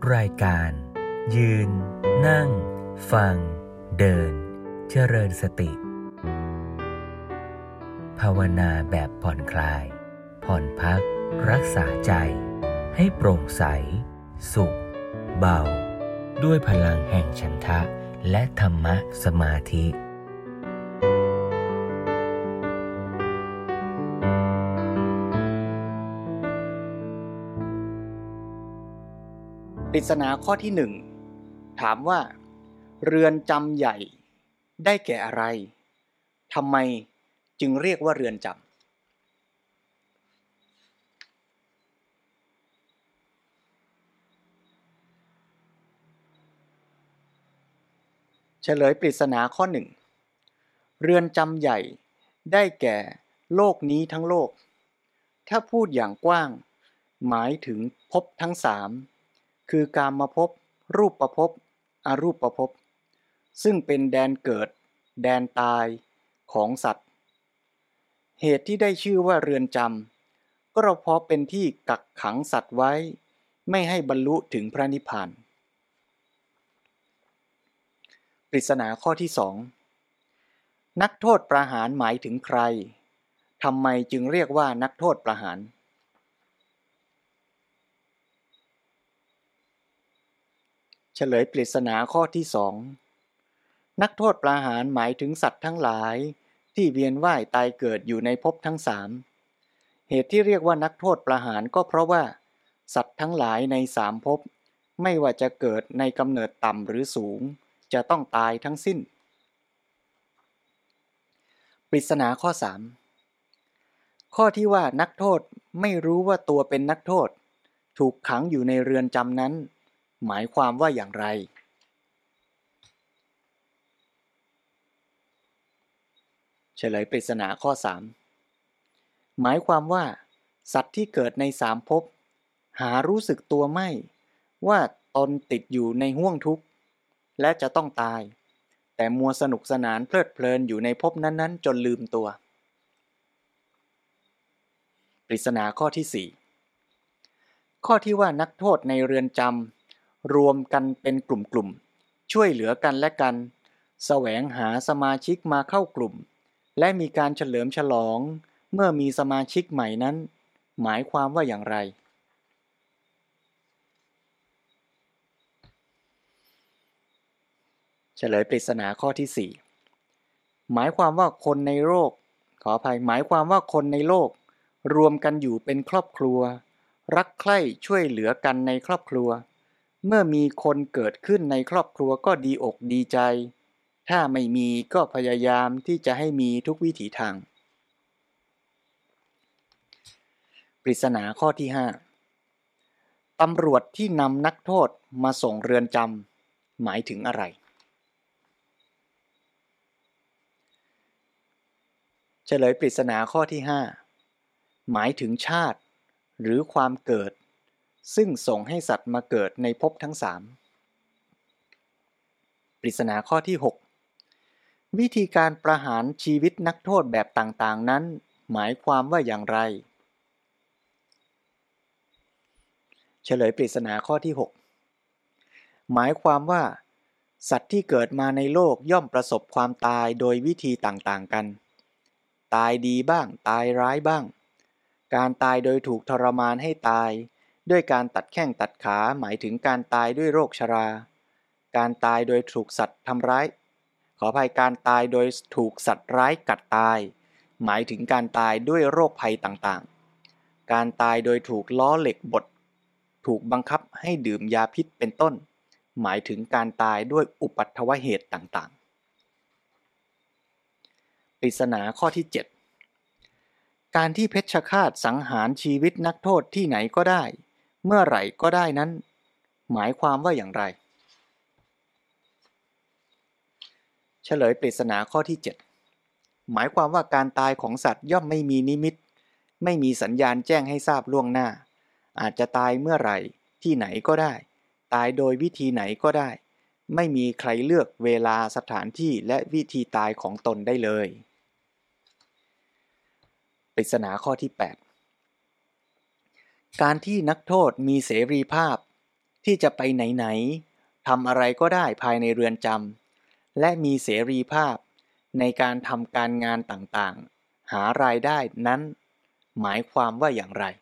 รายการยืนนั่งฟังเดินเจริญสติภาวนาแบบผ่อนคลายผ่อนพักรักษาใจให้โปร่งใสสุขเบาด้วยพลังแห่งฉันทะและธรรมะสมาธิปริศนาข้อที่1ถามว่าเรือนจำใหญ่ได้แก่อะไรทำไมจึงเรียกว่าเรือนจำเฉลยปริศนาข้อ1เรือนจำใหญ่ได้แก่โลกนี้ทั้งโลกถ้าพูดอย่างกว้างหมายถึงภพทั้ง3คือกามภพรูปภพอรูปภพซึ่งเป็นแดนเกิดแดนตายของสัตว์เหตุที่ได้ชื่อว่าเรือนจำก็เพราะเป็นที่กักขังสัตว์ไว้ไม่ให้บรรลุถึงพระนิพพานปริศนาข้อที่2นักโทษประหารหมายถึงใครทำไมจึงเรียกว่านักโทษประหารเฉลยปริศนาข้อที่2นักโทษประหารหมายถึงสัตว์ทั้งหลายที่เวียนว่ายตายเกิดอยู่ในภพทั้ง3เหตุที่เรียกว่านักโทษประหารก็เพราะว่าสัตว์ทั้งหลายใน3ภพไม่ว่าจะเกิดในกำเนิดต่ำหรือสูงจะต้องตายทั้งสิ้นปริศนาข้อ3ข้อที่ว่านักโทษไม่รู้ว่าตัวเป็นนักโทษถูกขังอยู่ในเรือนจำนั้นหมายความว่าอย่างไรเฉลยปริศนาข้อ3หมายความว่าสัตว์ที่เกิดใน3ภพหารู้สึกตัวไม่ว่าตนติดอยู่ในห้วงทุกข์และจะต้องตายแต่มัวสนุกสนานเพลิดเพลินอยู่ในภพนั้นๆจนลืมตัวปริศนาข้อที่4ข้อที่ว่านักโทษในเรือนจำรวมกันเป็นกลุ่มๆช่วยเหลือกันและกันแสวงหาสมาชิกมาเข้ากลุ่มและมีการเฉลิมฉลองเมื่อมีสมาชิกใหม่นั้นหมายความว่าอย่างไรเฉลยปริศนาข้อที่4หมายความว่าคนในโลกหมายความว่าคนในโลกรวมกันอยู่เป็นครอบครัวรักใคร่ช่วยเหลือกันในครอบครัวเมื่อมีคนเกิดขึ้นในครอบครัวก็ดีอกดีใจถ้าไม่มีก็พยายามที่จะให้มีทุกวิถีทางปริศนาข้อที่5ตำรวจที่นำนักโทษมาส่งเรือนจำหมายถึงอะไรเฉลยปริศนาข้อที่5หมายถึงชาติหรือความเกิดซึ่งส่งให้สัตว์มาเกิดในภพทั้ง3ปริศนาข้อที่6วิธีการประหารชีวิตนักโทษแบบต่างๆนั้นหมายความว่าอย่างไรเฉลยปริศนาข้อที่6หมายความว่าสัตว์ที่เกิดมาในโลกย่อมประสบความตายโดยวิธีต่างๆกันตายดีบ้างตายร้ายบ้างการตายโดยถูกทรมานให้ตายด้วยการตัดแข้งตัดขาหมายถึงการตายด้วยโรคชราการตายโดยถูกสัตว์ทำร้ายการตายโดยถูกสัตว์ร้ายกัดตายหมายถึงการตายด้วยโรคภัยต่างๆการตายโดยถูกล้อเหล็กบดถูกบังคับให้ดื่มยาพิษเป็นต้นหมายถึงการตายด้วยอุปัตถวเหตุต่างๆปริศนาข้อที่7การที่เพชฌฆาตสังหารชีวิตนักโทษที่ไหนก็ได้เมื่อไหร่ก็ได้นั้นหมายความว่าอย่างไรเฉลยปริศนาข้อที่7หมายความว่าการตายของสัตว์ย่อมไม่มีนิมิตไม่มีสัญญาณแจ้งให้ทราบล่วงหน้าอาจจะตายเมื่อไหร่ที่ไหนก็ได้ตายโดยวิธีไหนก็ได้ไม่มีใครเลือกเวลาสถานที่และวิธีตายของตนได้เลยปริศนาข้อที่8การที่นักโทษมีเสรีภาพที่จะไปไหนๆทำอะไรก็ได้ภายในเรือนจำและมีเสรีภาพในการทำการงานต่างๆหารายได้นั้นหมายความว่าอย่างไร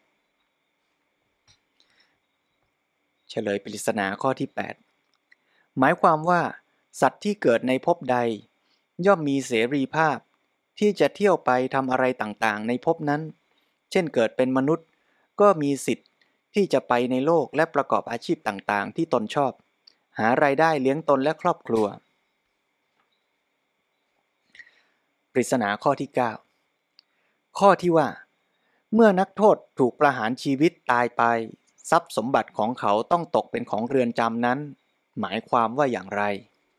เฉลยปริศนาข้อที่8หมายความว่าสัตว์ที่เกิดในภพใดย่อมมีเสรีภาพที่จะเที่ยวไปทำอะไรต่างๆในภพนั้นเช่นเกิดเป็นมนุษย์ก็มีสิทธิ์ที่จะไปในโลกและประกอบอาชีพต่างๆที่ตนชอบหารายได้เลี้ยงตนและครอบครัวปริศนาข้อที่9ข้อที่ว่าเมื่อนักโทษถูกประหารชีวิตตายไปทรัพย์สมบัติของเขาต้องตกเป็นของเรือนจำนั้นหมายความว่าอย่างไร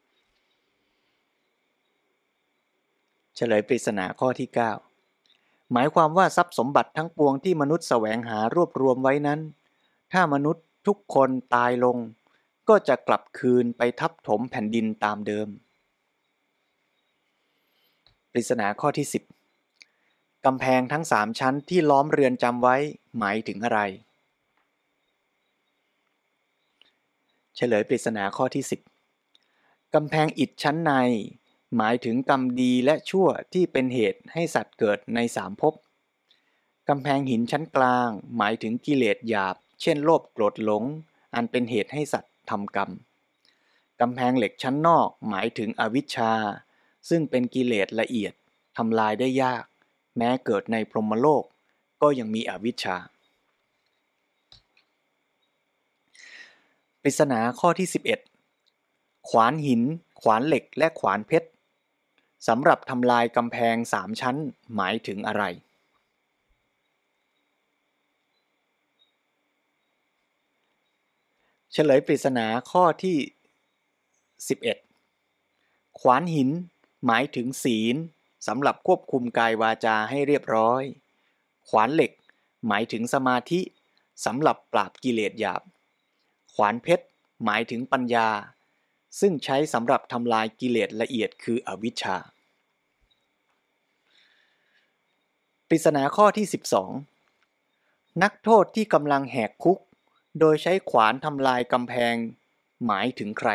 เฉลยปริศนาข้อที่9หมายความว่าทรัพย์สมบัติทั้งปวงที่มนุษย์แสวงหารวบรวมไว้นั้นถ้ามนุษย์ทุกคนตายลงก็จะกลับคืนไปทับถมแผ่นดินตามเดิมปริศนาข้อที่10กำแพงทั้ง3ชั้นที่ล้อมเรือนจำไว้หมายถึงอะไรเฉลยปริศนาข้อที่10กำแพงอิฐชั้นในหมายถึงกรรมดีและชั่วที่เป็นเหตุให้สัตว์เกิดใน3ภพกำแพงหินชั้นกลางหมายถึงกิเลสหยาบเช่นโลภโกรธหลงอันเป็นเหตุให้สัตว์ทำกรรมกำแพงเหล็กชั้นนอกหมายถึงอวิชชาซึ่งเป็นกิเลสละเอียดทำลายได้ยากแม้เกิดในพรหมโลกก็ยังมีอวิชชาปริศนาข้อที่11ขวานหินขวานเหล็กและขวานเพชรสำหรับทำลายกำแพง3ชั้นหมายถึงอะไรเฉลยปริศนาข้อที่11ขวานหินหมายถึงศีลสำหรับควบคุมกายวาจาให้เรียบร้อยขวานเหล็กหมายถึงสมาธิสำหรับปราบกิเลสหยาบขวานเพชรหมายถึงปัญญาซึ่งใช้สำหรับทำลายกิเลสละเอียดคืออวิชชาปริศนาข้อที่12นักโทษที่กำลังแหกคุกโดยใช้ขวานทำลายกำแพงหมายถึงใคร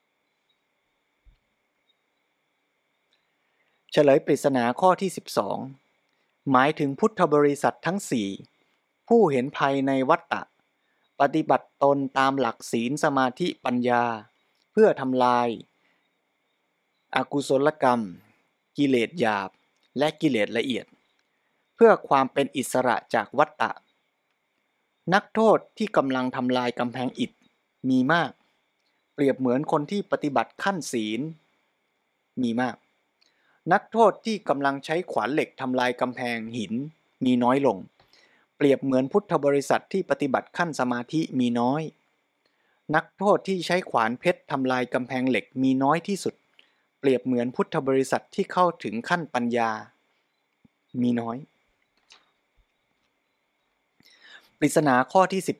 เฉลยปริศนาข้อที่12หมายถึงพุทธบริษัททั้ง4ผู้เห็นภัยในวัฏฏะปฏิบัติตนตามหลักศีลสมาธิปัญญาเพื่อทำลายอกุศลกรรมกิเลสหยาบและกิเลสละเอียดเพื่อความเป็นอิสระจากวัฏฏะนักโทษที่กำลังทำลายกำแพงอิฐมีมากเปรียบเหมือนคนที่ปฏิบัติขั้นศีลมีมากนักโทษที่กำลังใช้ขวานเหล็กทำลายกำแพงหินมีน้อยลงเปรียบเหมือนพุทธบริษัทที่ปฏิบัติขั้นสมาธิมีน้อยนักโทษที่ใช้ขวานเพชรทำลายกำแพงเหล็กมีน้อยที่สุดเปรียบเหมือนพุทธบริษัทที่เข้าถึงขั้นปัญญามีน้อยปริศนาข้อที่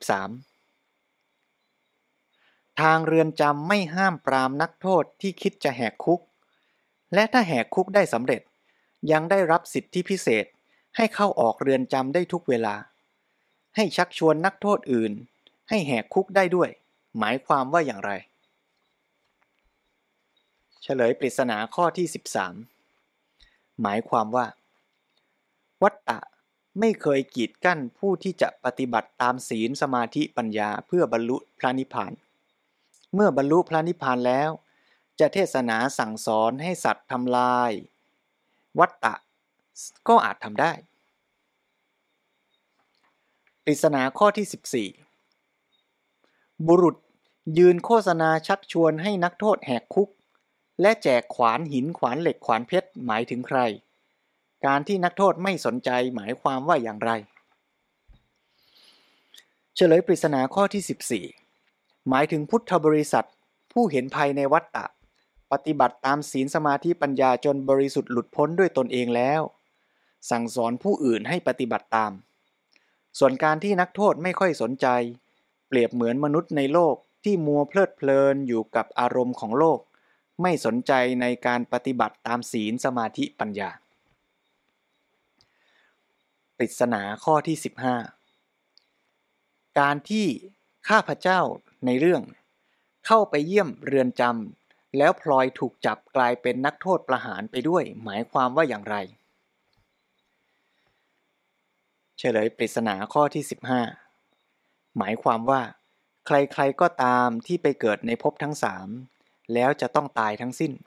13ทางเรือนจำไม่ห้ามปรามนักโทษที่คิดจะแหกคุกและถ้าแหกคุกได้สำเร็จยังได้รับสิทธิพิเศษให้เข้าออกเรือนจำได้ทุกเวลาให้ชักชวนนักโทษอื่นให้แหกคุกได้ด้วยหมายความว่าอย่างไรเฉลยปริศนาข้อที่13หมายความว่าวัฏฏะไม่เคยกีดกั้นผู้ที่จะปฏิบัติตามศีลสมาธิปัญญาเพื่อบรรลุพระนิพพานเมื่อบรรลุพระนิพพานแล้วจะเทศนาสั่งสอนให้สัตว์ทำลายวัฏฏะก็อาจทำได้ปริศนาข้อที่14บุรุษยืนโฆษณาชักชวนให้นักโทษแหกคุกและแจกขวานหินขวานเหล็กขวานเพชรหมายถึงใครการที่นักโทษไม่สนใจหมายความว่าอย่างไรเฉลยปริศนาข้อที่14หมายถึงพุทธบริษัทผู้เห็นภัยในวัฏฏะปฏิบัติตามศีลสมาธิปัญญาจนบริสุทธิ์หลุดพ้นด้วยตนเองแล้วสั่งสอนผู้อื่นให้ปฏิบัติตามส่วนการที่นักโทษไม่ค่อยสนใจเปรียบเหมือนมนุษย์ในโลกที่มัวเพลิดเพลินอยู่กับอารมณ์ของโลกไม่สนใจในการปฏิบัติตามศีลสมาธิปัญญาปริศนาข้อที่15การที่ข้าพเจ้าในเรื่องเข้าไปเยี่ยมเรือนจำแล้วพลอยถูกจับกลายเป็นนักโทษประหารไปด้วยหมายความว่าอย่างไรเฉลยปริศนาข้อที่15หมายความว่าใครๆก็ตามที่ไปเกิดในภพทั้งสามแล้วจะต้องตายทั้งสิ้น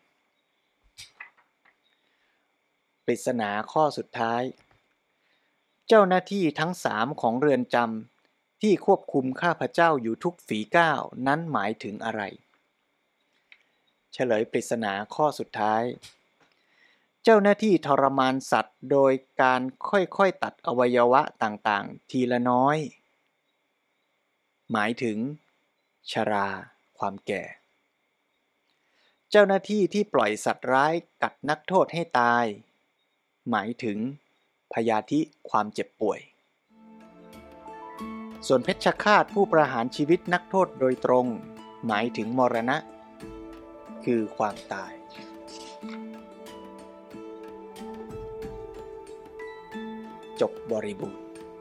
ปริศนาข้อสุดท้ายเจ้าหน้าที่ทั้งสามของเรือนจำที่ควบคุมข้าพเจ้าอยู่ทุกฝีก้าวนั้นหมายถึงอะไรเฉลยปริศนาข้อสุดท้ายเจ้าหน้าที่ทรมานสัตว์โดยการค่อยๆตัดอวัยวะต่างๆทีละน้อยหมายถึงชราความแก่เจ้าหน้าที่ที่ปล่อยสัตว์ร้ายกัดนักโทษให้ตายหมายถึงพยาธิความเจ็บป่วยส่วนเพชฌฆาตผู้ประหารชีวิตนักโทษโดยตรงหมายถึงมรณะคือความตายจบบริบูรณ์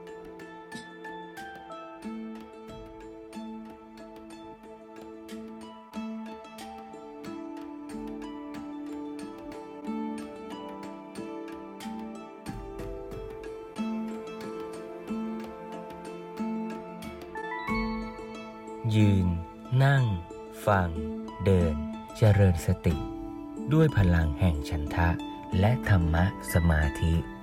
ยืนนั่งฟังเดินเจริญสติด้วยพลังแห่งฉันทะและธรรมะสมาธิ